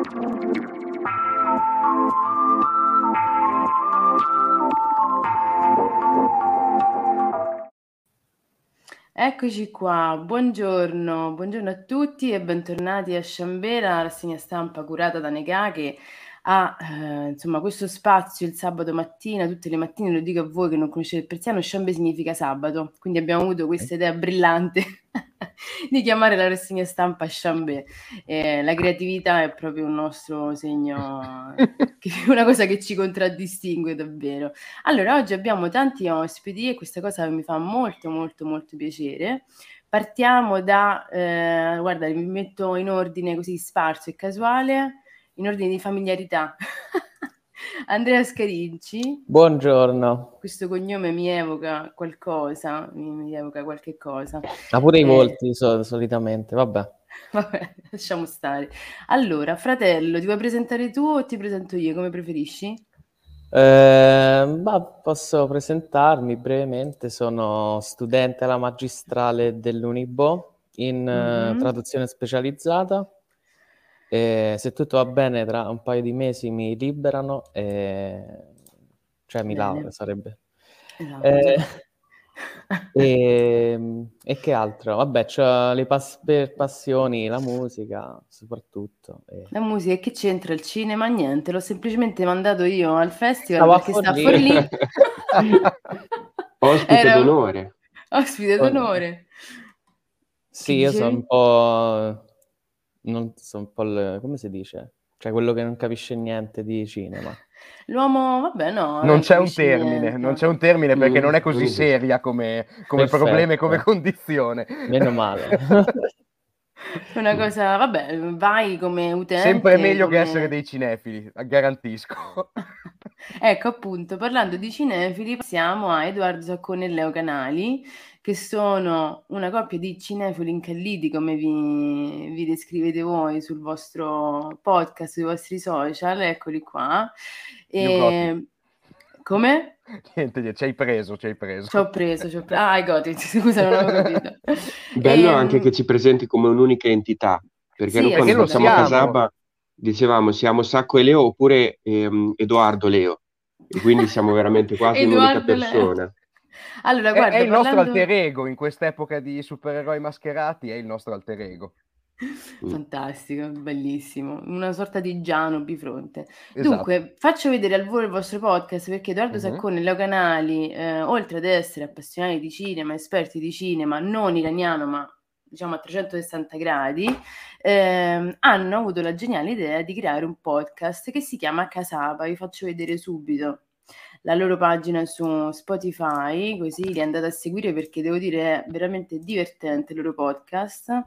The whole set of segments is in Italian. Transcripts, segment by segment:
Eccoci qua, buongiorno a tutti e bentornati a Chambé, la rassegna stampa curata da Negà che ha insomma questo spazio il sabato mattina, tutte le mattine. Lo dico a voi che non conoscete il persiano, Chambé significa sabato, quindi abbiamo avuto questa idea brillante di chiamare la rassegna stampa Chambé. La creatività è proprio un nostro segno, una cosa che ci contraddistingue davvero. Allora, oggi abbiamo tanti ospiti e questa cosa mi fa molto piacere. Partiamo da, guarda, mi metto in ordine così sparso e casuale, in ordine di familiarità. Andrea Scarinci. Buongiorno. Questo cognome mi evoca qualcosa, mi evoca qualche cosa. Ma pure i volti solitamente, vabbè. Vabbè, lasciamo stare. Allora, fratello, ti vuoi presentare tu o ti presento io, come preferisci? Posso presentarmi brevemente, sono studente alla magistrale dell'Unibo in traduzione specializzata e se tutto va bene tra un paio di mesi mi liberano cioè mi laureo sarebbe. Esatto. E che altro? Vabbè, c'ho le passioni, la musica soprattutto. La musica, e che c'entra il cinema? Niente, l'ho semplicemente mandato io al festival Stavo a perché sta a Forlì. Forlì. Ospite d'onore. Ospite d'onore. Sì, io sono un po'... non so, un po' come si dice? Cioè quello che non capisce niente di cinema. L'uomo, vabbè, no. Non c'è un termine perché non è così seria come problema e come condizione. Meno male. Una cosa, vabbè, vai come utente. Sempre meglio che essere dei cinefili, garantisco. Ecco, appunto, parlando di cinefili, passiamo a Edoardo Saccone e Leo Canali, che sono una coppia di cinefili incalliti, come vi descrivete voi sul vostro podcast, sui vostri social, eccoli qua. Come? Niente, ci hai preso. Ci ho preso. Ah, I got it, scusa, non avevo capito. Bello anche che ci presenti come un'unica entità, perché noi quando facciamo Casaba dicevamo siamo Sacco e Leo oppure Edoardo Leo, e quindi siamo veramente quasi un'unica persona. Leo. Allora, guarda, è il nostro alter ego in quest'epoca di supereroi mascherati, è il nostro alter ego. Fantastico, bellissimo, una sorta di Giano bifronte. Esatto. Dunque, faccio vedere al volo il vostro podcast perché Edoardo Saccone e Leo Canali, oltre ad essere appassionati di cinema, esperti di cinema, non iraniano ma diciamo a 360 gradi, hanno avuto la geniale idea di creare un podcast che si chiama Casaba. Vi faccio vedere subito la loro pagina su Spotify, così li andate a seguire perché devo dire è veramente divertente il loro podcast.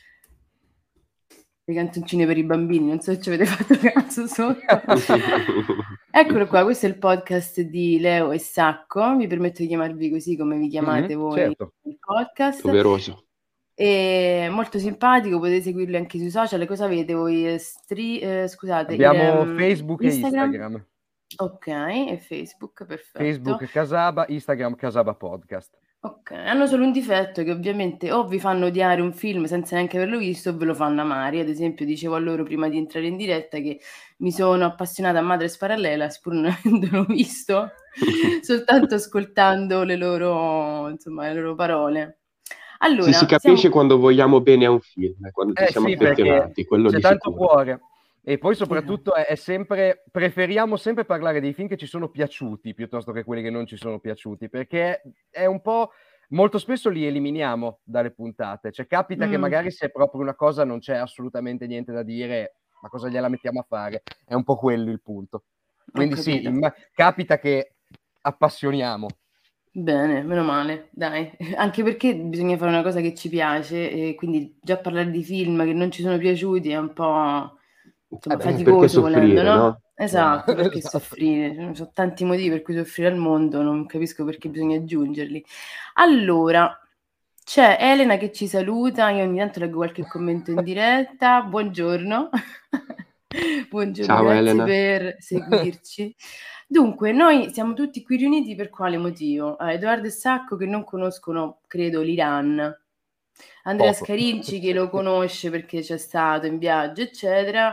Le canzoncine per i bambini, non so se ci avete fatto caso sotto. Eccolo qua, questo è il podcast di Leo e Sacco, mi permetto di chiamarvi così come vi chiamate voi, certo. il podcast. Doveroso. È molto simpatico, potete seguirli anche sui social. Cosa avete voi? Scusate, abbiamo Facebook e Instagram. Ok, e Facebook, perfetto. Facebook Casaba, Instagram Casaba Podcast. Ok, hanno solo un difetto che ovviamente o vi fanno odiare un film senza neanche averlo visto o ve lo fanno amare. Ad esempio dicevo a loro prima di entrare in diretta che mi sono appassionata a Madres Parallelas pur non avendolo visto, soltanto ascoltando le loro parole. Allora, si capisce quando vogliamo bene a un film, quando ci siamo affezionati, quello c'è di tanto sicuro. cuore. E poi soprattutto è sempre, preferiamo sempre parlare dei film che ci sono piaciuti piuttosto che quelli che non ci sono piaciuti, perché è un po', molto spesso li eliminiamo dalle puntate, cioè capita che magari se proprio una cosa non c'è assolutamente niente da dire, ma cosa gliela mettiamo a fare? È un po' quello il punto. Quindi sì, capita che appassioniamo. Bene, meno male, dai, anche perché bisogna fare una cosa che ci piace e quindi già parlare di film che non ci sono piaciuti è un po' faticoso volendo, no? Esatto, perché soffrire? Ci sono tanti motivi per cui soffrire al mondo, non capisco perché bisogna aggiungerli. Allora, c'è Elena che ci saluta, io ogni tanto leggo qualche commento in diretta, buongiorno. Buongiorno, ciao, grazie Elena. per seguirci. Dunque, noi siamo tutti qui riuniti per quale motivo? Edoardo e Sacco che non conoscono, credo, l'Iran. Andrea Scarinci che lo conosce perché c'è stato in viaggio, eccetera.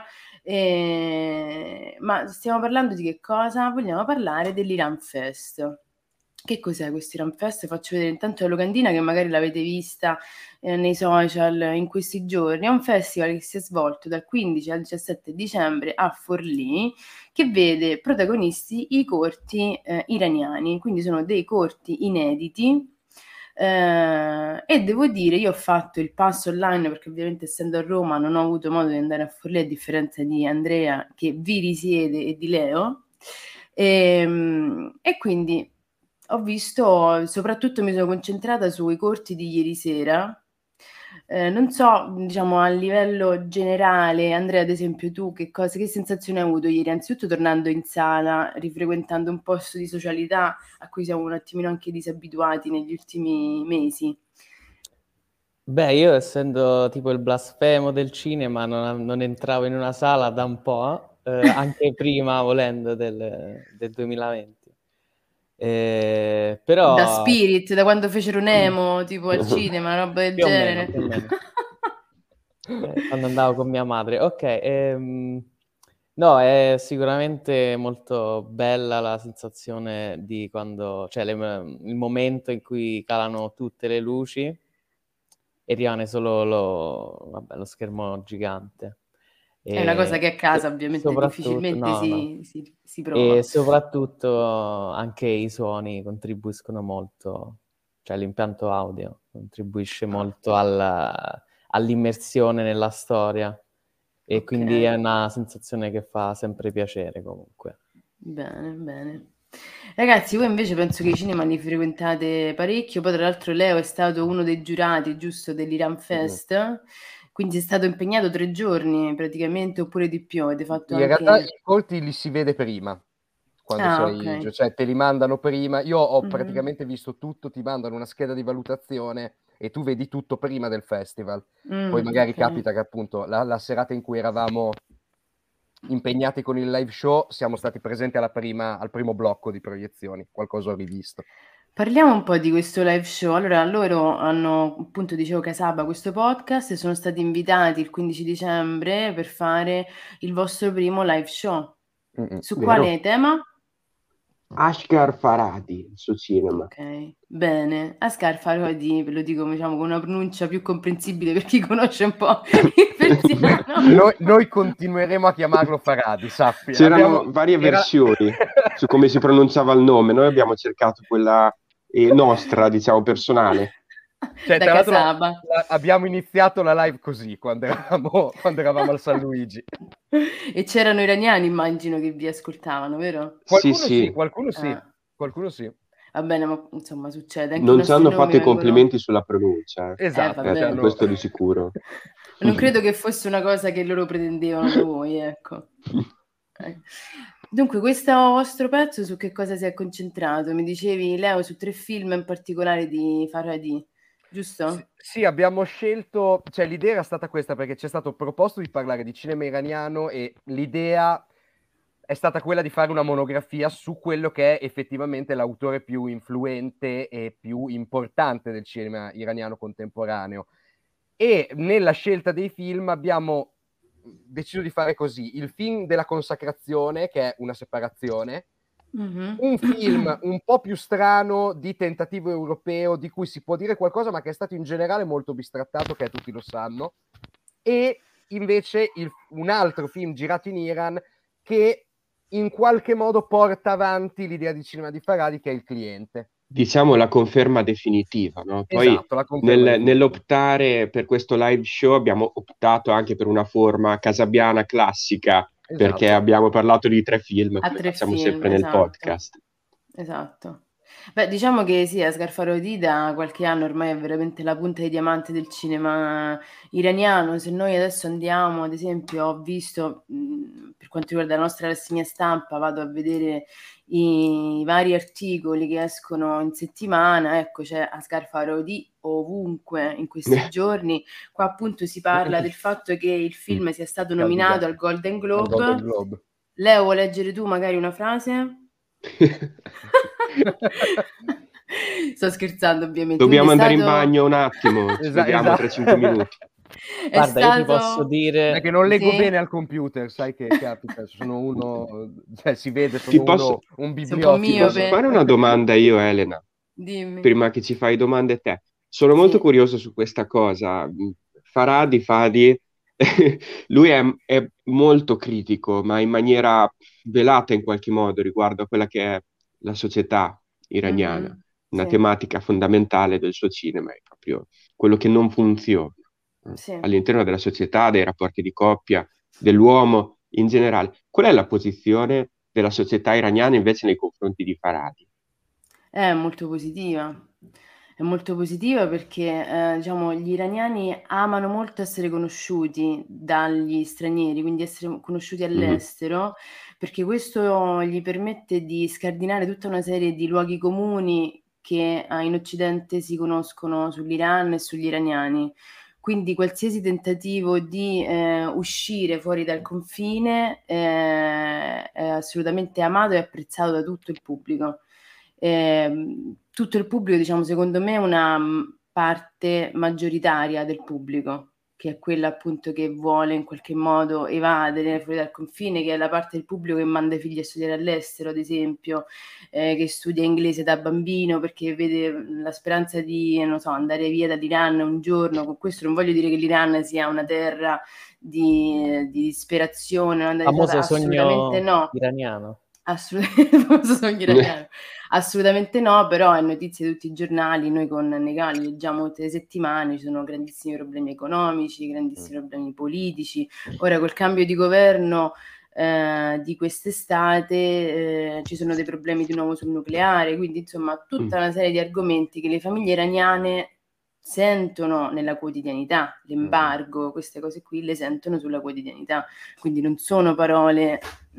Ma stiamo parlando di che cosa? Vogliamo parlare dell'Iran Fest. Che cos'è questo Iran Fest? Faccio vedere intanto la locandina, che magari l'avete vista nei social in questi giorni. È un festival che si è svolto dal 15 al 17 dicembre a Forlì, che vede protagonisti i corti iraniani, quindi sono dei corti inediti. E devo dire, io ho fatto il passo online perché ovviamente essendo a Roma non ho avuto modo di andare a Forlì, a differenza di Andrea che vi risiede e di Leo, e quindi ho visto, soprattutto mi sono concentrata sui corti di ieri sera. Non so, diciamo a livello generale, Andrea, ad esempio, tu che sensazione hai avuto ieri? Anzitutto tornando in sala, rifrequentando un posto di socialità a cui siamo un attimino anche disabituati negli ultimi mesi. Beh, io essendo tipo il blasfemo del cinema non entravo in una sala da un po', anche prima volendo del 2020. Però da Spirit, da quando fecero Nemo, tipo al cinema, una roba del genere. Più o meno. Quando andavo con mia madre. Ok, no, è sicuramente molto bella la sensazione di quando, cioè il momento in cui calano tutte le luci e rimane solo lo schermo gigante. È una cosa che a casa ovviamente difficilmente si prova. E soprattutto anche i suoni contribuiscono molto, cioè l'impianto audio contribuisce molto all'immersione nella storia e quindi è una sensazione che fa sempre piacere comunque. Bene, bene. Ragazzi, voi invece penso che i cinema li frequentate parecchio, poi tra l'altro Leo è stato uno dei giurati, giusto, dell'Iran Fest, quindi è stato impegnato 3 giorni praticamente, oppure di più, avete fatto in realtà i corti li si vede prima, quando sei, cioè te li mandano prima. Io ho praticamente visto tutto, ti mandano una scheda di valutazione e tu vedi tutto prima del festival. Poi magari capita che appunto la serata in cui eravamo impegnati con il live show siamo stati presenti al primo blocco di proiezioni, qualcosa ho rivisto. Parliamo un po' di questo live show. Allora, loro hanno, appunto, dicevo, Casaba, questo podcast, e sono stati invitati il 15 dicembre per fare il vostro primo live show. Su Vero. quale tema? Asghar Farhadi, il suo cinema. Ok, bene. Asghar Farhadi, ve lo dico, diciamo, con una pronuncia più comprensibile per chi conosce un po' il persiano. Noi continueremo a chiamarlo Farhadi, sappi. C'erano varie versioni su come si pronunciava il nome. Noi abbiamo cercato quella nostra, diciamo, personale. Cioè, tra l'altro abbiamo iniziato la live così quando eravamo al San Luigi. E c'erano iraniani, immagino, che vi ascoltavano, vero? Qualcuno sì. Va bene, ma insomma succede. Anche non ci hanno fatto i complimenti sulla pronuncia. Esatto, questo di sicuro. Non credo che fosse una cosa che loro pretendevano da voi, ecco. Dunque, questo vostro pezzo su che cosa si è concentrato? Mi dicevi, Leo, su 3 film in particolare di Farhadi, giusto? Sì, abbiamo scelto, cioè l'idea era stata questa perché ci è stato proposto di parlare di cinema iraniano e l'idea è stata quella di fare una monografia su quello che è effettivamente l'autore più influente e più importante del cinema iraniano contemporaneo. E nella scelta dei film abbiamo deciso di fare così: il film della consacrazione, che è Una separazione, un film un po' più strano di tentativo europeo di cui si può dire qualcosa ma che è stato in generale molto bistrattato, che tutti lo sanno, e invece un altro film girato in Iran che in qualche modo porta avanti l'idea di cinema di Farhadi, che è Il cliente. Diciamo la conferma definitiva, no? Poi esatto, nell'optare per questo live show abbiamo optato anche per una forma casabiana classica, perché abbiamo parlato di 3 film, come facciamo sempre nel podcast. Esatto. Beh, diciamo che sì, Asghar Farhadi da qualche anno ormai è veramente la punta di diamante del cinema iraniano. Se noi adesso andiamo, ad esempio, ho visto, per quanto riguarda la nostra rassegna stampa, vado a vedere i vari articoli che escono in settimana, ecco, c'è Asghar Farhadi ovunque in questi giorni. Qua appunto si parla del fatto che il film sia stato nominato al Golden Globe. Leo, vuoi leggere tu magari una frase? Sto scherzando, ovviamente. Dobbiamo andare in bagno un attimo, ci vediamo tra 5 minuti. Guarda, io ti posso dire... Perché non leggo bene al computer, sai che capita, sono uno, cioè si vede, sono un bibliotico. Ti posso fare una domanda io, Elena? Dimmi. Prima che ci fai domande te. Sono molto curioso su questa cosa. Fadi, lui è molto critico, ma in maniera velata in qualche modo riguardo a quella che è la società iraniana. Una tematica fondamentale del suo cinema è proprio quello che non funziona all'interno della società, dei rapporti di coppia, dell'uomo in generale. Qual è la posizione della società iraniana invece nei confronti di Farhadi? È molto positiva. È molto positiva perché diciamo, gli iraniani amano molto essere conosciuti dagli stranieri, quindi essere conosciuti all'estero, perché questo gli permette di scardinare tutta una serie di luoghi comuni che in Occidente si conoscono sull'Iran e sugli iraniani. Quindi qualsiasi tentativo di uscire fuori dal confine è assolutamente amato e apprezzato da tutto il pubblico. Tutto il pubblico, diciamo, secondo me, una parte maggioritaria del pubblico, che è quella appunto che vuole in qualche modo evadere fuori dal confine, che è la parte del pubblico che manda i figli a studiare all'estero, ad esempio, che studia inglese da bambino perché vede la speranza di, non so, andare via dall'Iran un giorno. Con questo non voglio dire che l'Iran sia una terra di disperazione, famoso assolutamente sogno no. iraniano. Assolutamente no, però è notizia di tutti i giornali. Noi con Negali leggiamo tutte le settimane, ci sono grandissimi problemi economici, grandissimi problemi politici. Ora col cambio di governo di quest'estate ci sono dei problemi di nuovo sul nucleare, quindi insomma tutta una serie di argomenti che le famiglie iraniane sentono nella quotidianità. L'embargo, queste cose qui le sentono sulla quotidianità, quindi non sono parole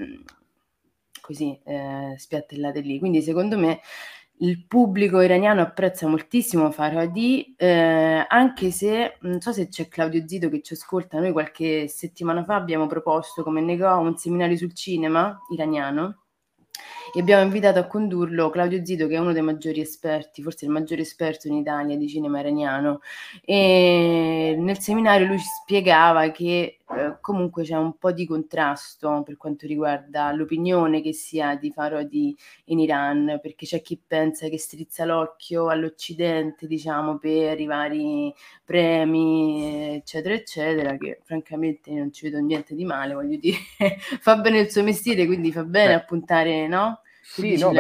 così spiattellate lì. Quindi secondo me il pubblico iraniano apprezza moltissimo Farhadi, anche se non so se c'è Claudio Zito che ci ascolta. Noi qualche settimana fa abbiamo proposto come Negò un seminario sul cinema iraniano e abbiamo invitato a condurlo Claudio Zito, che è uno dei maggiori esperti, forse il maggiore esperto in Italia di cinema iraniano, e nel seminario lui ci spiegava che comunque c'è un po' di contrasto per quanto riguarda l'opinione che si ha di Farhadi in Iran, perché c'è chi pensa che strizza l'occhio all'Occidente, diciamo, per i vari premi, eccetera, eccetera, che francamente non ci vedo niente di male, voglio dire, fa bene il suo mestiere, quindi fa bene a puntare, no? Sì, no,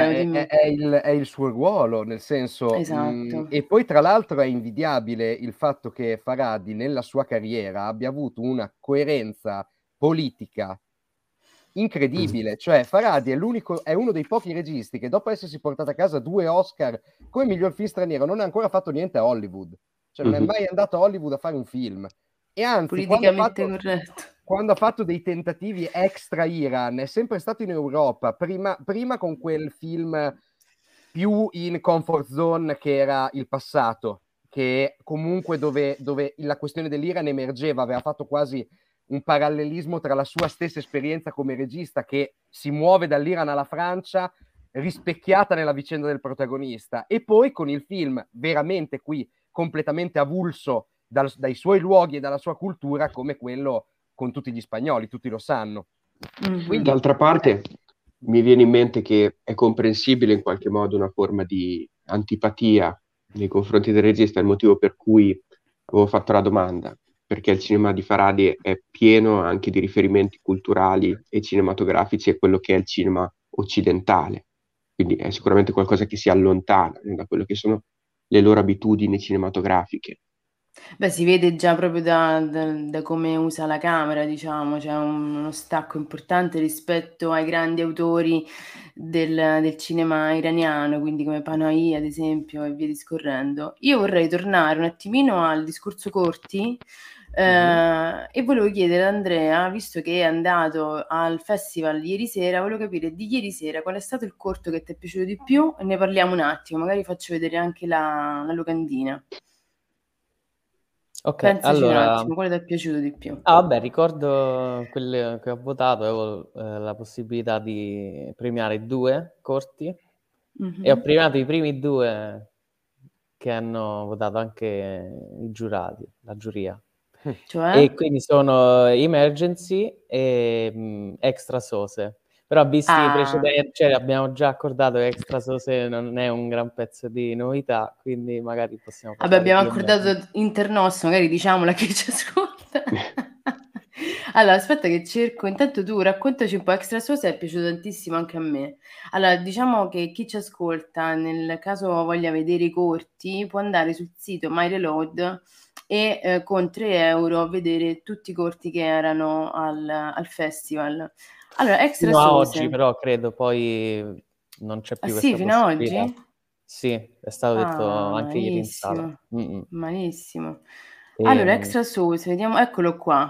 è il suo ruolo, nel senso, esatto. E poi tra l'altro è invidiabile il fatto che Farhadi nella sua carriera abbia avuto una coerenza politica incredibile. Cioè Farhadi è uno dei pochi registi che dopo essersi portato a casa 2 Oscar come miglior film straniero non ha ancora fatto niente a Hollywood, cioè non è mai andato a Hollywood a fare un film, e anzi politicamente corretto, quando ha fatto dei tentativi extra Iran è sempre stato in Europa, prima con quel film più in comfort zone che era Il passato, che comunque dove la questione dell'Iran emergeva, aveva fatto quasi un parallelismo tra la sua stessa esperienza come regista, che si muove dall'Iran alla Francia, rispecchiata nella vicenda del protagonista, e poi con il film veramente qui completamente avulso dai suoi luoghi e dalla sua cultura, come quello con tutti gli spagnoli, tutti lo sanno. Quindi, d'altra parte mi viene in mente che è comprensibile in qualche modo una forma di antipatia nei confronti del regista, il motivo per cui avevo fatto la domanda, perché il cinema di Farhadi è pieno anche di riferimenti culturali e cinematografici a quello che è il cinema occidentale, quindi è sicuramente qualcosa che si allontana da quello che sono le loro abitudini cinematografiche. Beh, si vede già proprio da come usa la camera, diciamo, c'è uno stacco importante rispetto ai grandi autori del cinema iraniano, quindi come Panahi, ad esempio, e via discorrendo. Io vorrei tornare un attimino al discorso Corti, e volevo chiedere ad Andrea, visto che è andato al festival ieri sera, volevo capire di ieri sera qual è stato il corto che ti è piaciuto di più, e ne parliamo un attimo, magari faccio vedere anche la locandina. Ok, Pensaci un allora... attimo, quale ti è piaciuto di più? vabbè, ricordo quelle che ho votato, avevo la possibilità di premiare 2 corti e ho premiato i primi 2 che hanno votato anche i giurati, la giuria. Cioè? E quindi sono Emergency e Extra Sose. Però visti i precedenti, cioè abbiamo già accordato che Extra Sose non è un gran pezzo di novità, quindi magari possiamo Vabbè, parlare abbiamo di Emergency. accordato internos, magari diciamola che ci ascolta. Allora, aspetta che cerco. Intanto tu raccontaci un po'. Extra Sauce è piaciuto tantissimo anche a me. Allora, diciamo che chi ci ascolta, nel caso voglia vedere i corti, può andare sul sito My Reload e con 3 euro vedere tutti i corti che erano al festival. Allora, Extra Fino a oggi, Sauce. però credo poi non c'è Ah più sì, questa fino a possibilità. oggi? Sì, è stato detto Ah, anche ieri in sala. malissimo, Mm-mm. malissimo. Allora, Extra Sauce, vediamo, eccolo qua.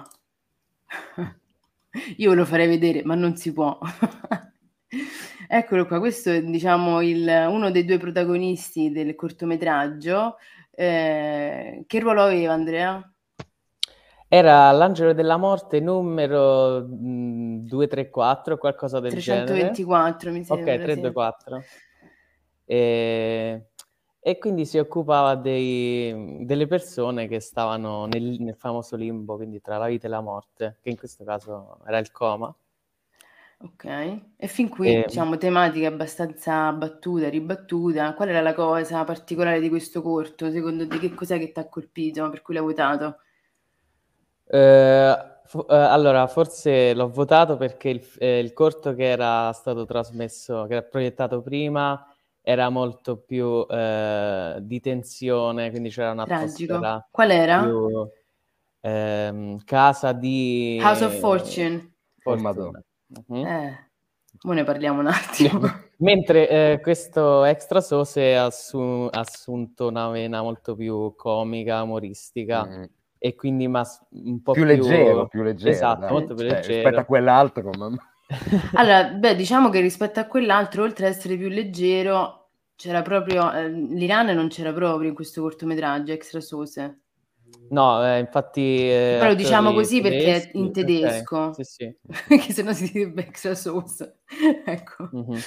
Io ve lo farei vedere, ma non si può. Eccolo qua, questo è diciamo uno dei 2 protagonisti del cortometraggio. Che ruolo aveva Andrea? Era l'Angelo della Morte numero 234, qualcosa del genere. 324 mi Ok, sembra, sì. 324. E quindi si occupava delle persone che stavano nel famoso limbo, quindi tra la vita e la morte, che in questo caso era il coma. Ok, e fin qui diciamo tematica abbastanza battuta, ribattuta. Qual era la cosa particolare di questo corto? Secondo te che cos'è che ti ha colpito, per cui l'hai votato? Allora, forse l'ho votato perché il corto che era stato trasmesso, che era proiettato prima, era molto più di tensione, quindi c'era Tragico. un'atmosfera Qual era? più casa di House of Fortune. Oh, Madonna. Mhm. Mo ne parliamo un attimo. Mentre questo Extra Sauce ha assunto una vena molto più comica, umoristica e quindi un po' più leggero, esatto, dai. molto più leggero rispetto a quell'altro. Allora, beh, diciamo che rispetto a quell'altro, oltre ad essere più leggero, c'era proprio l'Iran non c'era proprio in questo cortometraggio, Extra Sauce. No, infatti Che poi lo diciamo attori così perché è in tedeschi, ok, tedesco, sì, sì. che se no si direbbe Extra Sauce. Ecco. Mhm.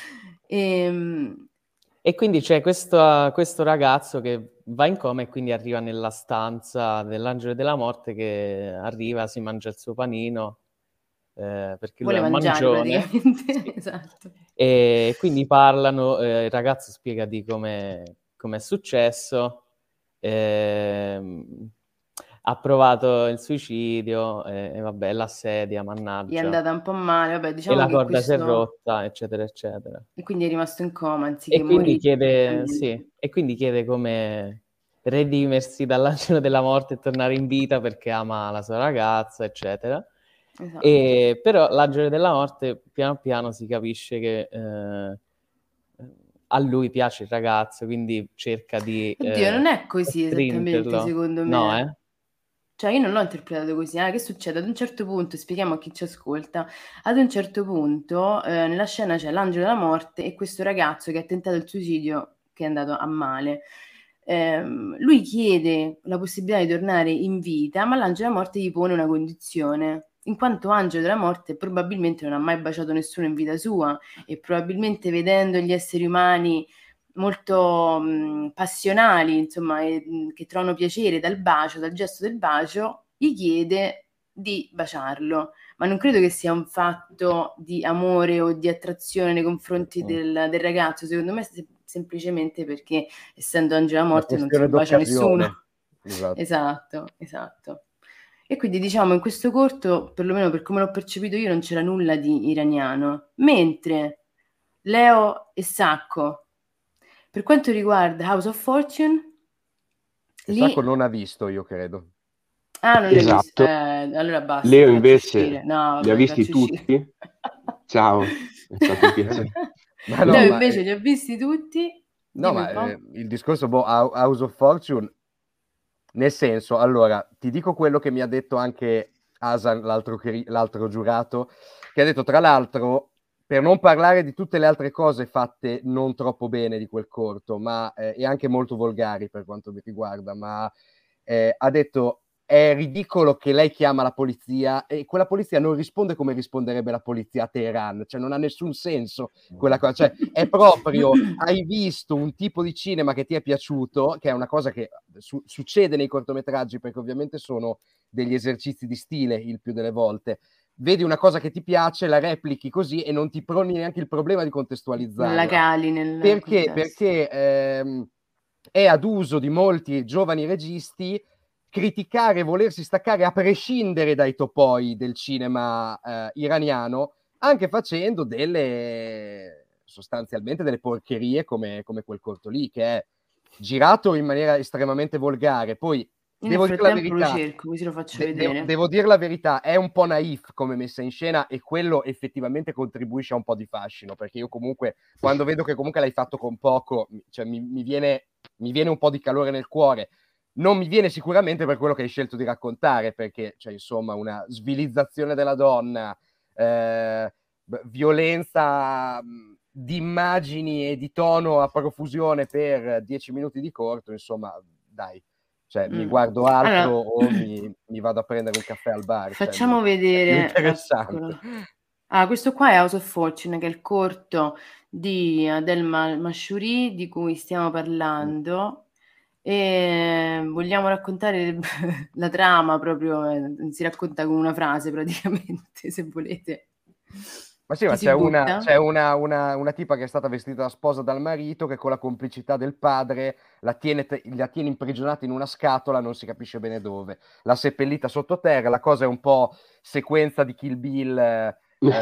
E quindi c'è questo ragazzo che va in coma e quindi arriva nella stanza dell'angelo della morte che arriva, si mangia il suo panino, perché lui vuole è un mangiare mangione. praticamente. Sì. Esatto. E quindi parlano, il ragazzo spiega di come è successo, ha provato il suicidio e vabbè, l'assedia, Gli è mannaggia, andata un po' male, vabbè, e diciamo la che corda si è questo... rotta, eccetera, eccetera. E quindi è rimasto in coma anziché E quindi morire chiede, direttamente. e quindi chiede come redimersi dall'angelo della morte e tornare in vita perché ama la sua ragazza, eccetera. Esatto. Però l'angelo della morte piano piano si capisce che a lui piace il ragazzo, quindi cerca di Oddio, non è così esattamente, stringerlo. secondo No, me. Cioè, io non l'ho interpretato così. Che succede? Ad un certo punto, spieghiamo a chi ci ascolta, ad un certo punto nella scena c'è l'angelo della morte e questo ragazzo che ha tentato il suicidio, che è andato a male. Lui chiede la possibilità di tornare in vita, ma l'angelo della morte gli pone una condizione. In quanto angelo della morte probabilmente non ha mai baciato nessuno in vita sua e probabilmente vedendo gli esseri umani molto passionali, insomma, che trovano piacere dal bacio, dal gesto del bacio, gli chiede di baciarlo. Ma non credo che sia un fatto di amore o di attrazione nei confronti del ragazzo, secondo me semplicemente perché essendo Angela Una Morte non se questione lo bacia d'occasione. nessuno. Esatto. Esatto, esatto. E quindi diciamo in questo corto, perlomeno per come l'ho percepito io, non c'era nulla di iraniano. Mentre Leo e Sacco, per quanto riguarda House of Fortune, E lì... Sacco non ha visto, io credo. Ah, non l'hai visto? Esatto. Allora basta, Leo ti faccio invece uscire. No, li ha vabbè, ti visti faccio uscire. tutti. Ciao, è stato un piacere. Ma no, Leo ma invece li ha visti tutti? no, Dimmi un ma po'. il discorso, House of Fortune, nel senso, allora, ti dico quello che mi ha detto anche Hasan, l'altro giurato, che ha detto, tra l'altro, per non parlare di tutte le altre cose fatte non troppo bene di quel corto, ma e anche molto volgari per quanto mi riguarda, ma ha detto, è ridicolo che lei chiama la polizia e quella polizia non risponde come risponderebbe la polizia a Teheran, cioè non ha nessun senso quella cosa, cioè è proprio, hai visto un tipo di cinema che ti è piaciuto, che è una cosa che succede nei cortometraggi, perché ovviamente sono degli esercizi di stile il più delle volte, vedi una cosa che ti piace, la replichi così e non ti poni neanche il problema di contestualizzarla. La cali nel perché? contesto. Perché è ad uso di molti giovani registi criticare, volersi staccare a prescindere dai topoi del cinema iraniano, anche facendo sostanzialmente delle porcherie come quel corto lì, che è girato in maniera estremamente volgare. Poi Nel frattempo lo cerco, così lo faccio vedere. Devo dire la verità, è un po' naif come messa in scena e quello effettivamente contribuisce a un po' di fascino, perché io comunque, quando vedo che comunque l'hai fatto con poco, cioè mi viene un po' di calore nel cuore. Non mi viene sicuramente per quello che hai scelto di raccontare, perché, cioè, insomma, una svilizzazione della donna, violenza di immagini e di tono a profusione per 10 minuti di corto, insomma, dai. Cioè, mi guardo altro o mi vado a prendere un caffè al bar. Facciamo vedere. Interessante. Questo qua è House of Fortune, che è il corto di Adel Mashouri di cui stiamo parlando. E vogliamo raccontare la trama proprio, si racconta con una frase praticamente, se volete. Ma sì, ma c'è una tipa che è stata vestita da sposa dal marito, che con la complicità del padre la tiene imprigionata in una scatola, non si capisce bene dove, l'ha seppellita sottoterra. La cosa è un po' sequenza di Kill Bill,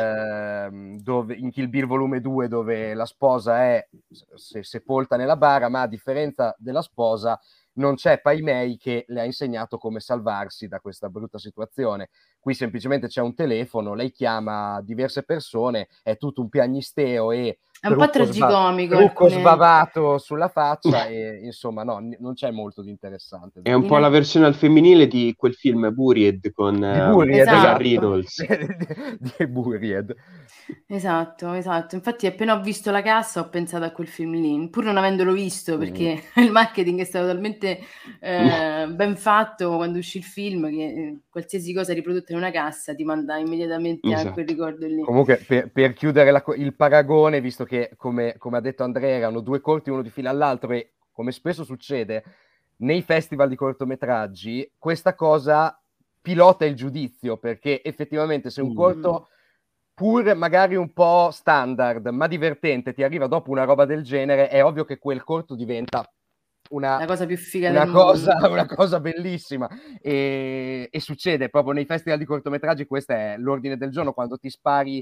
dove, in Kill Bill volume 2, dove la sposa è sepolta nella bara, ma a differenza della sposa non c'è Pai Mei che le ha insegnato come salvarsi da questa brutta situazione. Qui semplicemente c'è un telefono, lei chiama diverse persone, è tutto un piagnisteo e è un po' tragicomico, trucco sbavato sulla faccia e insomma no, non c'è molto di interessante. È un po' la versione al femminile di quel film Buried con esatto. Reynolds. di Buried. Esatto. Infatti appena ho visto la cassa ho pensato a quel film lì, pur non avendolo visto, perché il marketing è stato talmente ben fatto quando uscì il film che qualsiasi cosa riprodotta in una cassa ti manda immediatamente a quel ricordo lì. Comunque per chiudere il paragone, visto che come ha detto Andrea erano due corti uno di fila all'altro e come spesso succede nei festival di cortometraggi, questa cosa pilota il giudizio, perché effettivamente se un corto pur magari un po' standard ma divertente ti arriva dopo una roba del genere, è ovvio che quel corto diventa la cosa più figa del mondo. Una cosa bellissima e succede proprio nei festival di cortometraggi. Questo è l'ordine del giorno, quando ti spari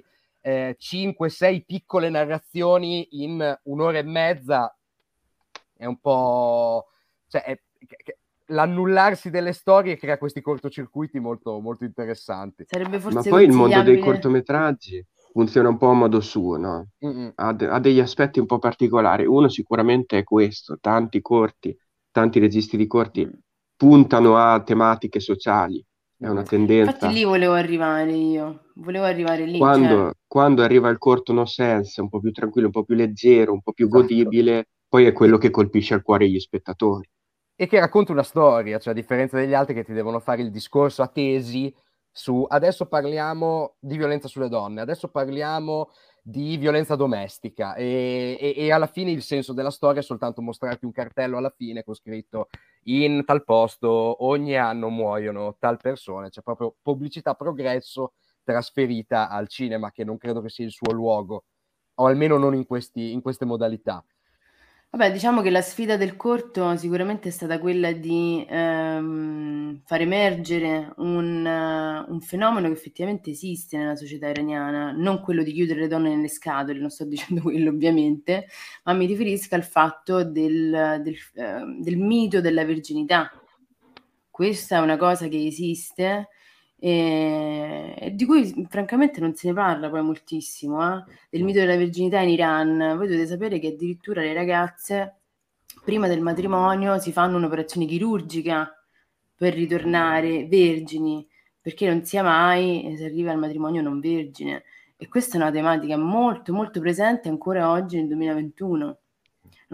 5-6 piccole narrazioni in un'ora e mezza. È un po', cioè, l'annullarsi delle storie crea questi cortocircuiti molto, molto interessanti. Sarebbe forse ma poi il mondo dei cortometraggi funziona un po' a modo suo, no? Ha degli aspetti un po' particolari. Uno sicuramente è questo: tanti corti, tanti registi di corti puntano a tematiche sociali, è una tendenza. Infatti lì volevo arrivare lì. Quando arriva il corto no sense, un po' più tranquillo, un po' più leggero, un po' più godibile, poi è quello che colpisce al cuore gli spettatori. E che racconta una storia, cioè a differenza degli altri che ti devono fare il discorso a tesi su adesso parliamo di violenza sulle donne, adesso parliamo di violenza domestica e alla fine il senso della storia è soltanto mostrarti un cartello alla fine con scritto in tal posto ogni anno muoiono tal persone, c'è proprio pubblicità progresso trasferita al cinema, che non credo che sia il suo luogo, o almeno non in queste modalità. Vabbè, diciamo che la sfida del corto sicuramente è stata quella di far emergere un fenomeno che effettivamente esiste nella società iraniana, non quello di chiudere le donne nelle scatole, non sto dicendo quello ovviamente, ma mi riferisco al fatto del mito della verginità. Questa è una cosa che esiste e di cui francamente non se ne parla poi moltissimo, del mito della verginità in Iran. Voi dovete sapere che addirittura le ragazze prima del matrimonio si fanno un'operazione chirurgica per ritornare vergini, perché non sia mai si arriva al matrimonio non vergine, e questa è una tematica molto molto presente ancora oggi nel 2021.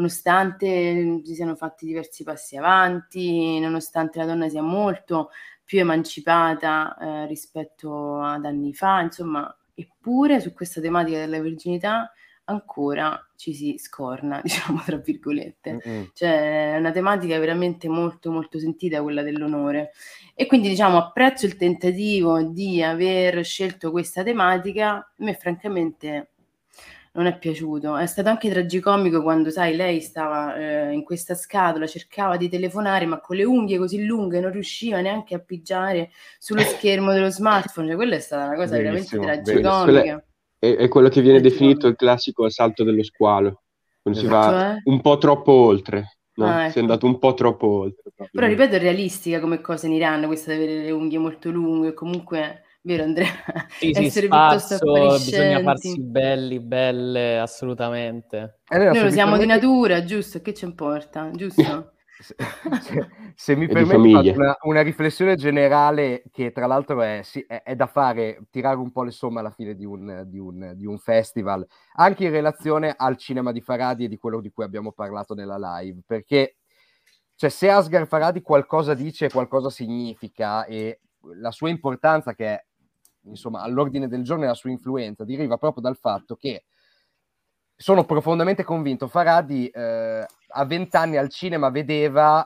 Nonostante si siano fatti diversi passi avanti, nonostante la donna sia molto più emancipata rispetto ad anni fa, insomma, eppure su questa tematica della virginità ancora ci si scorna, diciamo tra virgolette. Cioè è una tematica veramente molto molto sentita, quella dell'onore, e quindi diciamo apprezzo il tentativo di aver scelto questa tematica. A me francamente non è piaciuto, è stato anche tragicomico quando, sai, lei stava in questa scatola, cercava di telefonare, ma con le unghie così lunghe non riusciva neanche a pigiare sullo schermo dello smartphone. Cioè quella è stata una cosa veramente tragicomica. È quello che viene definito il classico assalto dello squalo, quando si va un po' troppo oltre, no? Ecco. Si è andato un po' troppo oltre. Però ripeto, è realistica come cosa in Iran, questa di avere le unghie molto lunghe, comunque, vero Andrea? Sì, essere piuttosto appariscenti. Bisogna farsi belli, belle, assolutamente. Noi lo siamo di natura, giusto? Che ci importa, giusto? Se mi permetti, faccio una riflessione generale che tra l'altro è da fare, tirare un po' le somme alla fine di un festival, anche in relazione al cinema di Farhadi e di quello di cui abbiamo parlato nella live, perché cioè, se Asghar Farhadi qualcosa dice, qualcosa significa, e la sua importanza, che è insomma all'ordine del giorno, e la sua influenza deriva proprio dal fatto che sono profondamente convinto Farhadi a 20 anni al cinema vedeva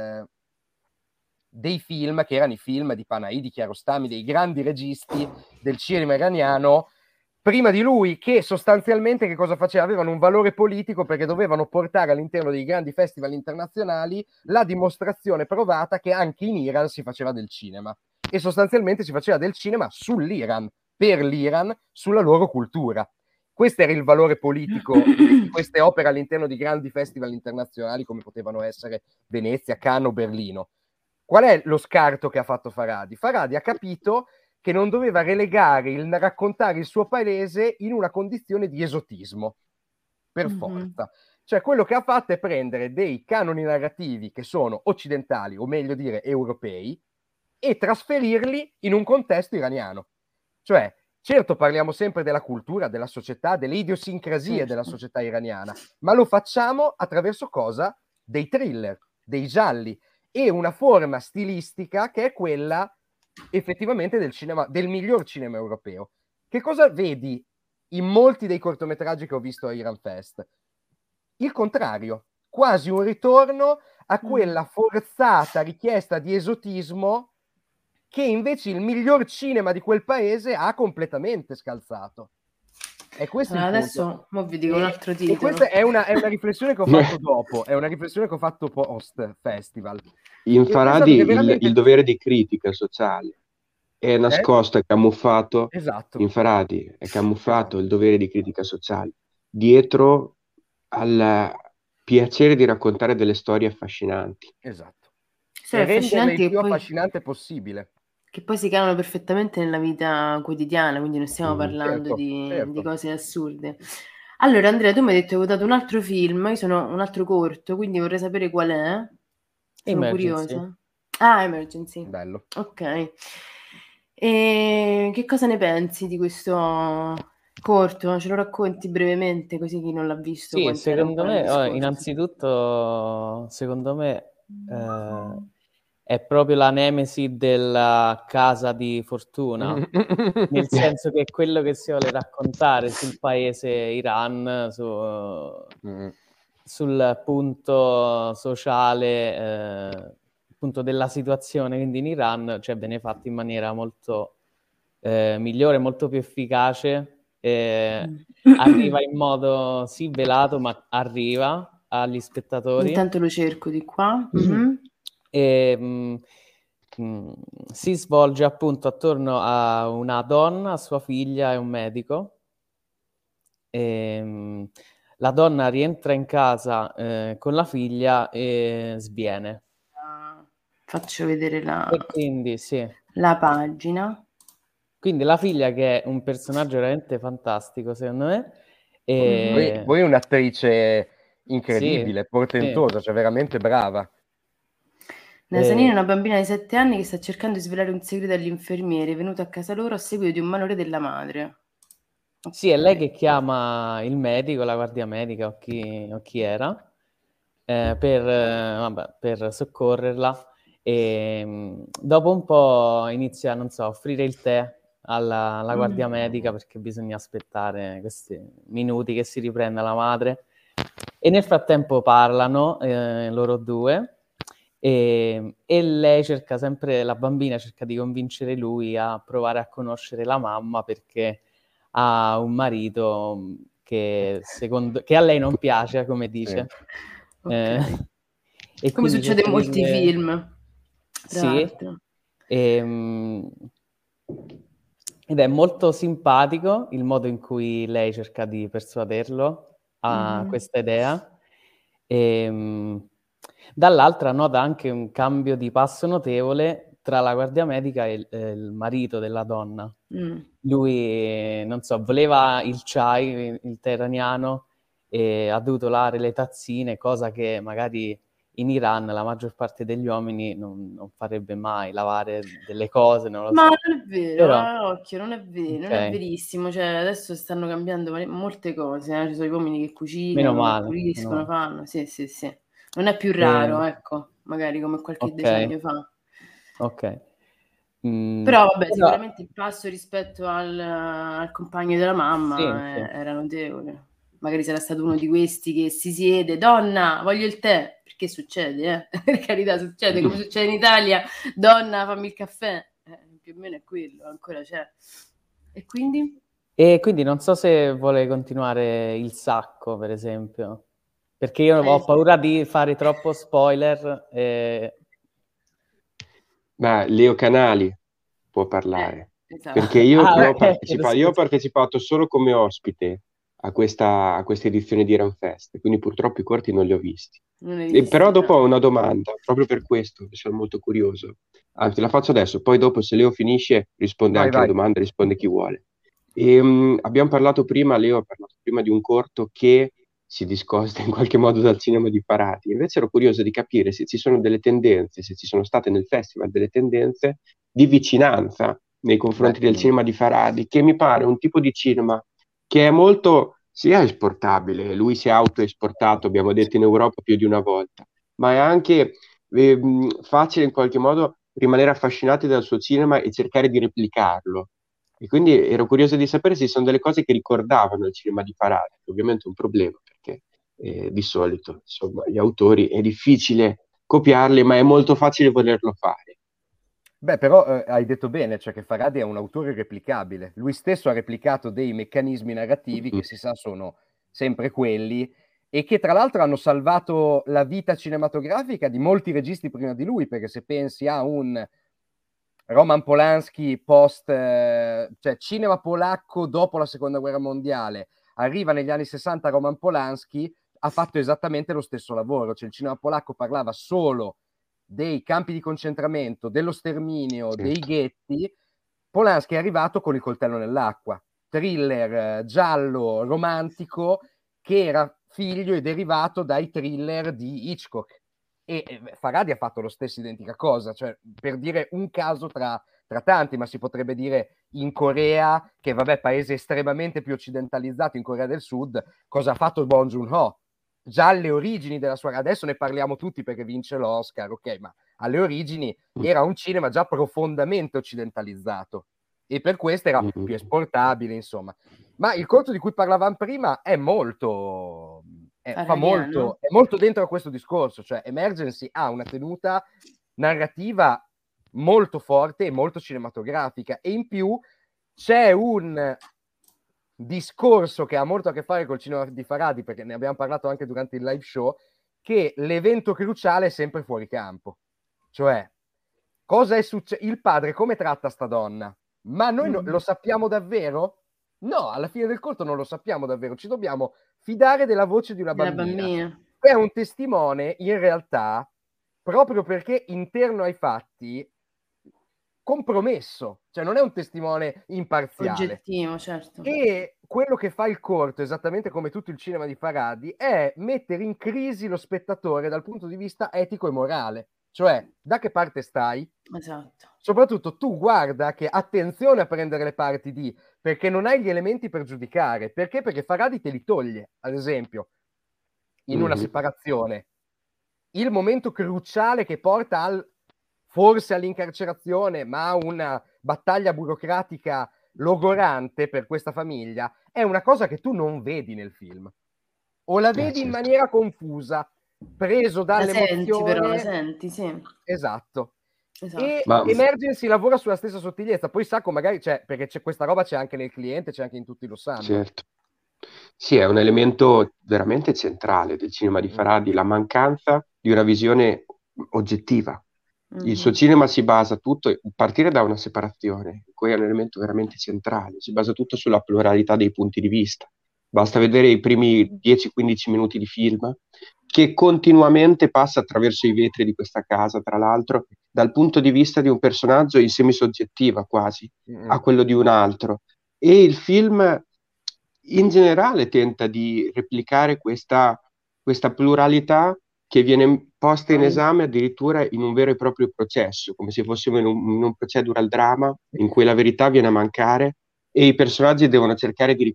dei film che erano i film di Panahi, di Kiarostami, dei grandi registi del cinema iraniano prima di lui, che sostanzialmente che cosa faceva? Avevano un valore politico perché dovevano portare all'interno dei grandi festival internazionali la dimostrazione provata che anche in Iran si faceva del cinema, e sostanzialmente si faceva del cinema sull'Iran, per l'Iran, sulla loro cultura. Questo era il valore politico di queste opere all'interno di grandi festival internazionali come potevano essere Venezia, Cannes o Berlino. Qual è lo scarto che ha fatto Farhadi? Farhadi ha capito che non doveva relegare il raccontare il suo paese in una condizione di esotismo, per forza. Cioè quello che ha fatto è prendere dei canoni narrativi che sono occidentali, o meglio dire europei, e trasferirli in un contesto iraniano. Cioè, certo, parliamo sempre della cultura, della società, delle idiosincrasie della società iraniana, ma lo facciamo attraverso cosa? Dei thriller, dei gialli, e una forma stilistica che è quella effettivamente del cinema, del miglior cinema europeo. Che cosa vedi in molti dei cortometraggi che ho visto a Iran Fest? Il contrario, quasi un ritorno a quella forzata richiesta di esotismo che invece il miglior cinema di quel paese ha completamente scalzato. E questo adesso vi dico un altro titolo. E questa è una riflessione che ho fatto dopo, è una riflessione che ho fatto post festival. In Farhadi il dovere di critica sociale è nascosto, è camuffato. Esatto. In Farhadi è camuffato il dovere di critica sociale dietro al piacere di raccontare delle storie affascinanti. Esatto. E renderle il più affascinante possibile. Che poi si calano perfettamente nella vita quotidiana, quindi non stiamo parlando di cose assurde. Allora Andrea, tu mi hai detto che hai votato un altro film, io sono un altro corto, quindi vorrei sapere qual è. Sono curiosa. Ah, Emergency. Bello. Ok. E che cosa ne pensi di questo corto? Ce lo racconti brevemente, così chi non l'ha visto? Sì, secondo me, innanzitutto, secondo me è proprio la nemesi della Casa di Fortuna, nel senso che è quello che si vuole raccontare sul paese Iran, sul punto sociale, appunto della situazione, quindi in Iran, cioè viene fatto in maniera molto migliore, molto più efficace, arriva in modo sì velato, ma arriva agli spettatori. Intanto lo cerco di qua. E si svolge appunto attorno a una donna, a sua figlia e un medico. La donna rientra in casa con la figlia e sviene. Faccio vedere quindi, sì. la pagina. Quindi la figlia, che è un personaggio veramente fantastico secondo me. Voi un'attrice incredibile, portentosa, sì. Cioè veramente brava. Nasanina è una bambina di 7 anni che sta cercando di svelare un segreto agli infermieri, venuto a casa loro a seguito di un malore della madre. Sì, è lei che chiama il medico, la guardia medica o chi era, per soccorrerla. E dopo un po' inizia, non so, a offrire il tè alla guardia medica, perché bisogna aspettare questi minuti che si riprenda la madre. E nel frattempo parlano loro due, e lei cerca sempre, la bambina cerca di convincere lui a provare a conoscere la mamma, perché ha un marito che a lei non piace, come dice. Okay. E Come quindi succede in molti film, tra sì, l'altro. ed è molto simpatico il modo in cui lei cerca di persuaderlo a questa idea. Dall'altra nota anche un cambio di passo notevole tra la guardia medica e il marito della donna. Lui, non so, voleva il chai, il tè iraniano, e ha dovuto lavare le tazzine, cosa che magari in Iran la maggior parte degli uomini non farebbe mai, lavare delle cose, non lo Ma so. non è vero, Però, occhio, non è vero, non è ok, verissimo. Cioè, adesso stanno cambiando molte cose, Ci sono gli uomini che meno cucinano, che male, meno puliscono, male. fanno. Sì, sì, sì. Non è più raro, ecco, magari come qualche Ok, decennio fa. ok. Però vabbè, Però, sicuramente il passo rispetto al compagno della sì, mamma sì. era notevole. Magari sarà stato uno di questi che si siede, donna, voglio il tè, perché succede, per carità, succede come succede in Italia, donna, fammi il caffè, più o meno è quello, ancora c'è. E quindi? E quindi non so se vuole continuare il sacco, per esempio, perché io ho paura di fare troppo spoiler. Ma Leo Canali può parlare, Esatto. perché io ho Scusa. partecipato solo come ospite a questa edizione di Runfest, quindi purtroppo i corti non li ho visti. Non hai visto, Però dopo ho una domanda, proprio per questo, che sono molto curioso. Anzi, la faccio adesso, poi dopo se Leo finisce risponde anche alle Vai. domande, risponde chi vuole. Abbiamo parlato prima, Leo ha parlato prima di un corto che si discosta in qualche modo dal cinema di Parati. Invece ero curioso di capire se ci sono delle tendenze, se ci sono state nel festival delle tendenze di vicinanza nei confronti del cinema di Faradi, che mi pare un tipo di cinema che è molto sia esportabile, lui si è autoesportato, abbiamo detto in Europa più di una volta, ma è anche facile in qualche modo rimanere affascinati dal suo cinema e cercare di replicarlo. E quindi ero curioso di sapere se ci sono delle cose che ricordavano il cinema di Parati, che ovviamente è un problema, perché di solito, insomma, gli autori è difficile copiarli, ma è molto facile volerlo fare. Beh, però hai detto bene, cioè che Faradi è un autore replicabile. Lui stesso ha replicato dei meccanismi narrativi che si sa sono sempre quelli e che tra l'altro hanno salvato la vita cinematografica di molti registi prima di lui, perché se pensi a un Roman Polanski cioè cinema polacco dopo la seconda guerra mondiale, arriva negli anni 60 Roman Polanski, ha fatto esattamente lo stesso lavoro, cioè il cinema polacco parlava solo dei campi di concentramento, dello sterminio, dei ghetti. Polanski è arrivato con il coltello nell'acqua, thriller giallo, romantico, che era figlio e derivato dai thriller di Hitchcock. E Faradi ha fatto lo stesso identica cosa, cioè per dire un caso tra tanti, ma si potrebbe dire in Corea, che vabbè, paese estremamente più occidentalizzato, in Corea del Sud, cosa ha fatto Bong Joon-ho? Già alle origini della sua, adesso ne parliamo tutti perché vince l'Oscar, ok, ma alle origini era un cinema già profondamente occidentalizzato e per questo era più esportabile, insomma. Ma il corto di cui parlavamo prima è molto è molto dentro a questo discorso, cioè Emergency ha una tenuta narrativa molto forte e molto cinematografica e in più c'è un discorso che ha molto a che fare col cinema di Faradi, perché ne abbiamo parlato anche durante il live show, che l'evento cruciale è sempre fuori campo, cioè cosa è successo, il padre come tratta sta donna, ma noi lo sappiamo davvero? No, alla fine del corto non lo sappiamo davvero, ci dobbiamo fidare della voce di una bambina. È un testimone, in realtà, proprio perché interno ai fatti, compromesso, cioè non è un testimone imparziale. Oggettivo, certo. E quello che fa il corto, esattamente come tutto il cinema di Faradi, è mettere in crisi lo spettatore dal punto di vista etico e morale. Cioè, da che parte stai? Esatto. Soprattutto tu guarda che attenzione a prendere le parti di, perché non hai gli elementi per giudicare. Perché? Perché Faradi te li toglie, ad esempio, in una separazione. Il momento cruciale che porta al forse all'incarcerazione, ma una battaglia burocratica logorante per questa famiglia, è una cosa che tu non vedi nel film. O la vedi in maniera confusa, preso dall'emozione. La senti, sì. Esatto. E Ma Emergency lavora sulla stessa sottigliezza. Poi Sacco magari c'è, perché c'è questa roba, c'è anche nel cliente, c'è anche in Tutti lo sanno. certo. Sì, è un elemento veramente centrale del cinema di Farhadi, la mancanza di una visione oggettiva. Il suo cinema si basa tutto, a partire da una separazione, poi è un elemento veramente centrale, si basa tutto sulla pluralità dei punti di vista. Basta vedere i primi 10-15 minuti di film, che continuamente passa attraverso i vetri di questa casa, tra l'altro, dal punto di vista di un personaggio in semisoggettiva quasi, a quello di un altro. E il film in generale tenta di replicare questa pluralità che viene posta in esame addirittura in un vero e proprio processo, come se fossimo in un procedural drama in cui la verità viene a mancare e i personaggi devono cercare di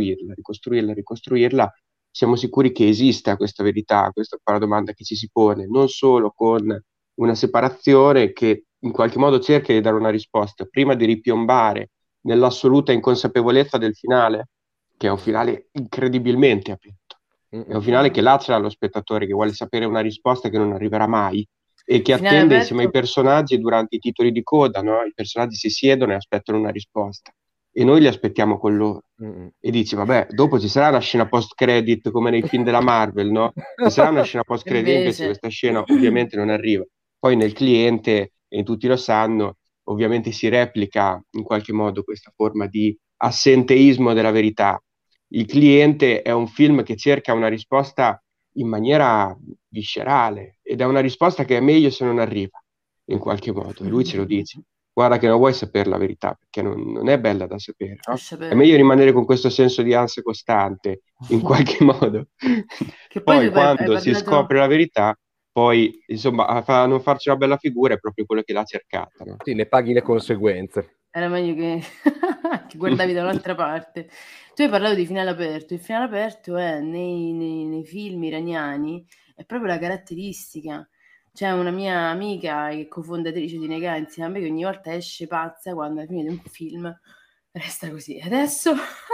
ricostruirla. Siamo sicuri che esista questa verità? Questa è la domanda che ci si pone, non solo con una separazione che in qualche modo cerca di dare una risposta, prima di ripiombare nell'assoluta inconsapevolezza del finale, che è un finale incredibilmente aperto. È un finale che lacera lo spettatore, che vuole sapere una risposta che non arriverà mai e che Finale attende aperto. insieme ai personaggi durante i titoli di coda, no? I personaggi si siedono e aspettano una risposta e noi li aspettiamo con loro. E dici, vabbè, dopo ci sarà una scena post-credit come nei film della Marvel, no? Ci sarà una scena post-credit, invece questa scena ovviamente non arriva. Poi nel cliente, e tutti lo sanno, ovviamente si replica in qualche modo questa forma di assenteismo della verità. Il cliente è un film che cerca una risposta in maniera viscerale ed è una risposta che è meglio se non arriva in qualche modo, e lui ce lo dice. Guarda che non vuoi sapere la verità perché non è bella da sapere, no? È meglio rimanere con questo senso di ansia costante in qualche modo. Che poi quando si scopre la verità, poi insomma a non farci una bella figura è proprio quello che l'ha cercata, no? Sì, ne paghi le conseguenze. Era meglio che guardavi da un'altra parte. Tu hai parlato di finale aperto. Il finale aperto è nei film iraniani è proprio la caratteristica. C'è una mia amica che è cofondatrice di Nega insieme a me, che ogni volta esce pazza quando alla fine di un film resta così. Adesso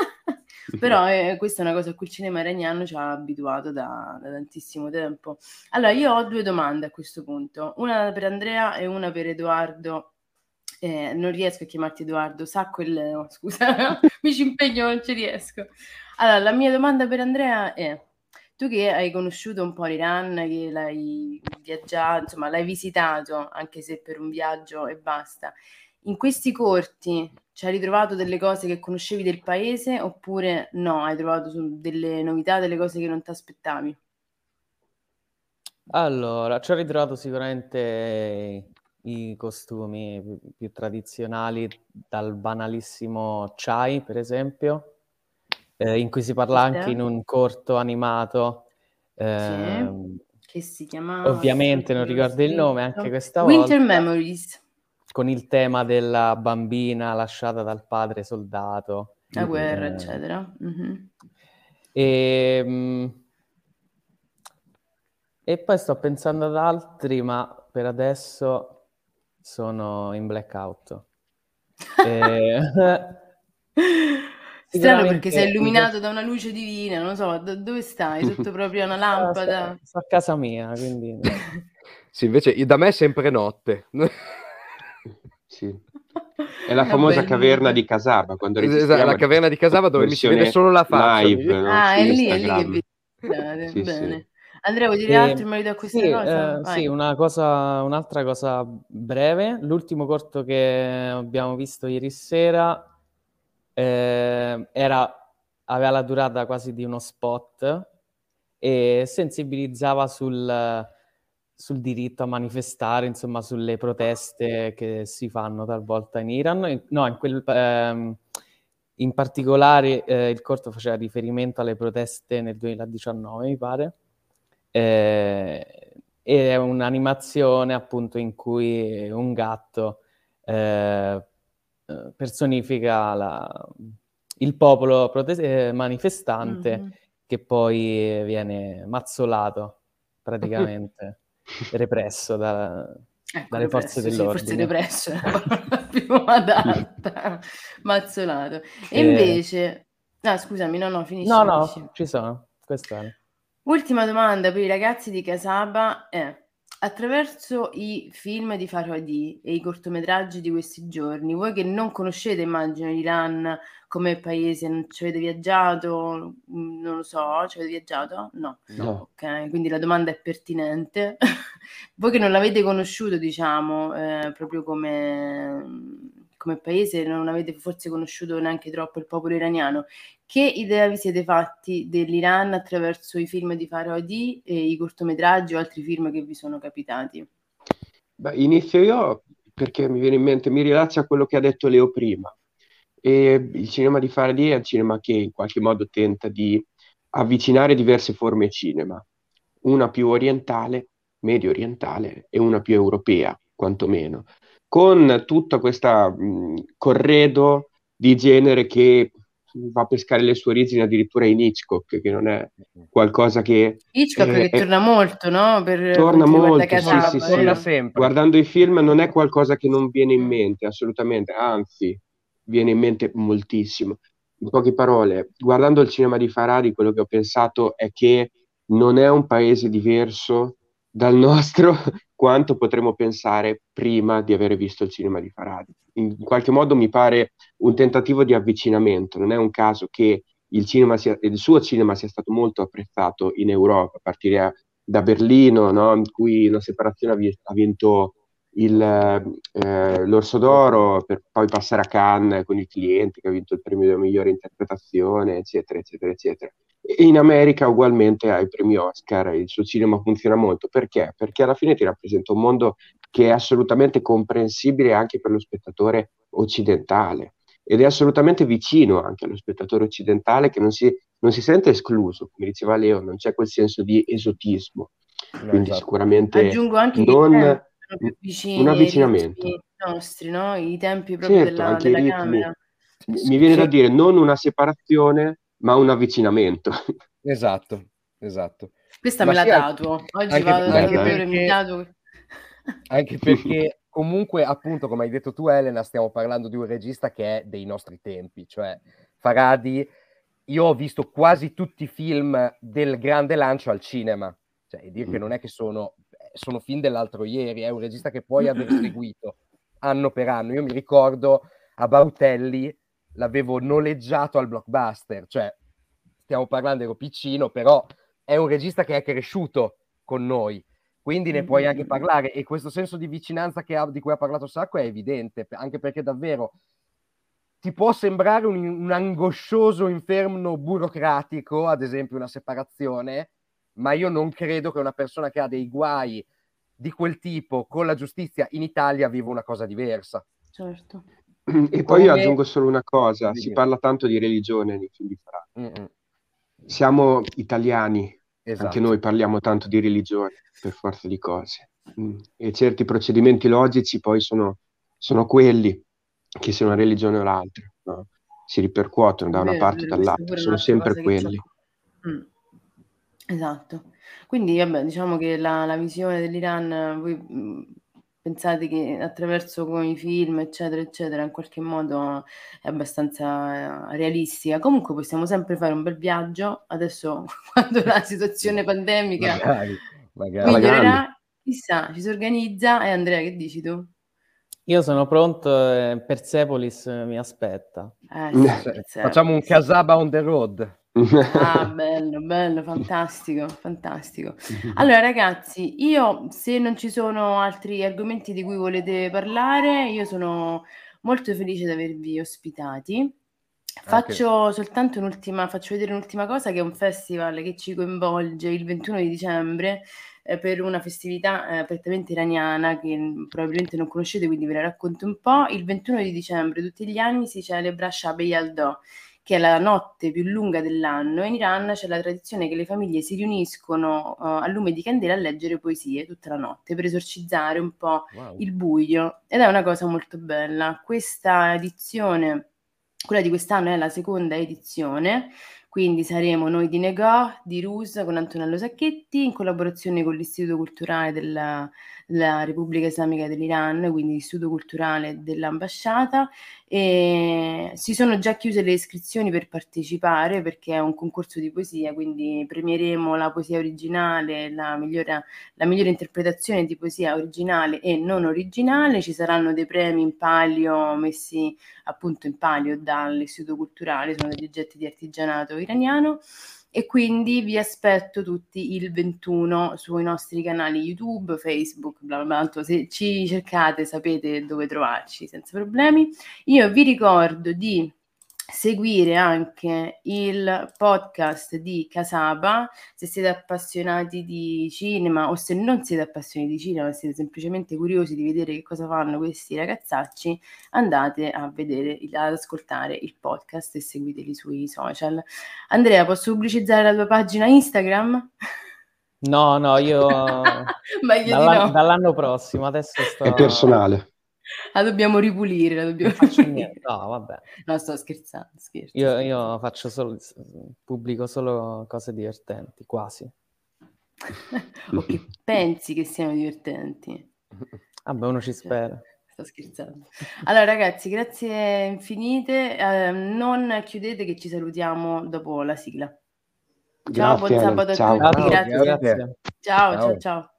però questa è una cosa a cui il cinema iraniano ci ha abituato da tantissimo tempo. Allora, io ho 2 domande a questo punto, una per Andrea e una per Edoardo. Non riesco a chiamarti Edoardo, Sacco e Leo, scusa, mi ci impegno, non ci riesco. Allora, la mia domanda per Andrea è: tu che hai conosciuto un po' l'Iran, che l'hai viaggiato, insomma, l'hai visitato, anche se per un viaggio e basta, in questi corti ci hai ritrovato delle cose che conoscevi del paese oppure no? Hai trovato delle novità, delle cose che non ti aspettavi? Allora, ci ho ritrovato sicuramente i costumi più tradizionali, dal banalissimo Chai, per esempio, in cui si parla anche in un corto animato. Sì, che si chiamava... Ovviamente non ricordo il nome anche questa Winter volta. Memories. Con il tema della bambina lasciata dal padre soldato. La guerra, eccetera. E poi sto pensando ad altri, ma per adesso sono in blackout. Strano, perché sei illuminato da una luce divina, non lo so, dove stai? Sotto proprio una lampada? Sto a casa mia, quindi... Sì, invece da me è sempre notte. Sì. È la famosa caverna di Casaba, quando esatto, la caverna di Casaba dove mi si vede solo la faccia. Live, no? Ah, Su è lì Instagram. che vi... Sì, Bene. sì. Andrea, vuoi dire altro in merito a questa cosa? Sì, un'altra cosa breve. L'ultimo corto che abbiamo visto ieri sera aveva la durata quasi di uno spot e sensibilizzava sul diritto a manifestare, insomma, sulle proteste che si fanno talvolta in Iran. In particolare il corto faceva riferimento alle proteste nel 2019, mi pare. È un'animazione appunto in cui un gatto personifica il popolo manifestante che poi viene mazzolato praticamente, represso da... dalle forze dell'ordine. Forse represso è la parola più adatta, mazzolato. E invece, scusami, no, finisci. No, ci sono, questo è. Ultima domanda per i ragazzi di Casaba è: attraverso i film di Farhadi e i cortometraggi di questi giorni, voi che non conoscete, immagino, l'Iran come paese, non ci avete viaggiato, non lo so, ci avete viaggiato? No. Ok, quindi la domanda è pertinente. Voi che non l'avete conosciuto, diciamo, proprio come paese, non avete forse conosciuto neanche troppo il popolo iraniano, che idea vi siete fatti dell'Iran attraverso i film di Farhadi e i cortometraggi o altri film che vi sono capitati? Beh, inizio io perché mi viene in mente, mi rilazio a quello che ha detto Leo prima. E il cinema di Farhadi è un cinema che in qualche modo tenta di avvicinare diverse forme di cinema, una più orientale, medio orientale e una più europea, quantomeno, con tutta questa corredo di genere che va a pescare le sue origini addirittura in Hitchcock, che non è qualcosa che... Hitchcock che torna molto, no? Torna molto, Casaba, sì. Torna sempre. Guardando i film non è qualcosa che non viene in mente, assolutamente, anzi, viene in mente moltissimo. In poche parole, guardando il cinema di Farhadi, quello che ho pensato è che non è un paese diverso dal nostro quanto potremmo pensare prima di avere visto il cinema di Farhadi. In qualche modo mi pare un tentativo di avvicinamento, non è un caso che il suo cinema sia stato molto apprezzato in Europa, a partire da Berlino, no? In cui la separazione ha vinto l'Orso d'Oro per poi passare a Cannes con Il Cliente, che ha vinto il premio della migliore interpretazione, eccetera, eccetera, eccetera. E in America ugualmente ai premi Oscar il suo cinema funziona molto. Perché? Perché alla fine ti rappresenta un mondo che è assolutamente comprensibile anche per lo spettatore occidentale ed è assolutamente vicino anche allo spettatore occidentale che non si sente escluso, come diceva Leo, non c'è quel senso di esotismo. Quindi esatto. Sicuramente aggiungo anche non che sono più vicini un avvicinamento. ai ritmi nostri, no? I tempi proprio Certo, anche i della ritmi. camera. Mi viene da dire non una separazione, ma un avvicinamento. Esatto. Questa me la tatuo. Oggi vado dal tatuatore e mi tatuo. Anche perché comunque, appunto, come hai detto tu, Elena, stiamo parlando di un regista che è dei nostri tempi, cioè Farhadi. Io ho visto quasi tutti i film del grande lancio al cinema, cioè, e dire che non è che sono film dell'altro ieri, è un regista che puoi aver seguito anno per anno. Io mi ricordo a Bautelli l'avevo noleggiato al Blockbuster, cioè stiamo parlando, ero piccino, però è un regista che è cresciuto con noi, quindi ne puoi anche parlare, e questo senso di vicinanza di cui ha parlato Sacco è evidente, anche perché davvero ti può sembrare un angoscioso inferno burocratico, ad esempio una separazione, ma io non credo che una persona che ha dei guai di quel tipo con la giustizia in Italia viva una cosa diversa. Certo. E poi io aggiungo solo una cosa, si parla tanto di religione nei film di Farhadi. Siamo italiani, esatto. Anche noi parliamo tanto di religione, per forza di cose. E certi procedimenti logici poi sono quelli, che sia una religione o l'altra, no? Si ripercuotono da una parte o dall'altra, sono sempre quelli. Esatto. Quindi, vabbè, diciamo che la visione dell'Iran, voi pensate che attraverso con i film, eccetera, eccetera, in qualche modo è abbastanza realistica. Comunque possiamo sempre fare un bel viaggio, adesso quando la situazione pandemica migliorerà, chissà, ci si organizza. E Andrea, che dici tu? Io sono pronto, Persepolis mi aspetta. Sì, facciamo un Casaba on the road. Bello, fantastico. Allora ragazzi, io, se non ci sono altri argomenti di cui volete parlare, io sono molto felice di avervi ospitati. Faccio vedere un'ultima cosa, che è un festival che ci coinvolge il 21 di dicembre per una festività prettamente iraniana che probabilmente non conoscete, quindi ve la racconto un po'. Il 21 di dicembre tutti gli anni si celebra Shab Yaldo, che è la notte più lunga dell'anno. In Iran c'è la tradizione che le famiglie si riuniscono a lume di candela a leggere poesie tutta la notte per esorcizzare un po' il buio, ed è una cosa molto bella. Questa edizione, quella di quest'anno, è la seconda edizione, quindi saremo noi di Negò, di Rus, con Antonello Sacchetti, in collaborazione con l'Istituto Culturale della Repubblica Islamica dell'Iran, quindi l'Istituto Culturale dell'Ambasciata, e si sono già chiuse le iscrizioni per partecipare perché è un concorso di poesia, quindi premieremo la poesia originale, la migliore interpretazione di poesia originale e non originale. Ci saranno dei premi in palio messi appunto in palio dall'Istituto Culturale, sono degli oggetti di artigianato iraniano, e quindi vi aspetto tutti il 21 sui nostri canali YouTube, Facebook, bla bla bla. Se ci cercate sapete dove trovarci senza problemi. Io vi ricordo di seguire anche il podcast di Casaba se siete appassionati di cinema, o se non siete appassionati di cinema ma siete semplicemente curiosi di vedere che cosa fanno questi ragazzacci, andate a vedere, ad ascoltare il podcast e seguiteli sui social. Andrea, posso pubblicizzare la tua pagina Instagram? No, io dall'anno prossimo, adesso è personale. La dobbiamo ripulire, Non faccio niente. No, vabbè. No, sto scherzando. Io faccio pubblico solo cose divertenti, quasi. O che pensi che siano divertenti? Vabbè, uno ci spera. Sto scherzando. Allora ragazzi, grazie infinite. Non chiudete che ci salutiamo dopo la sigla. Ciao, buon sabato a tutti. Grazie. Ciao.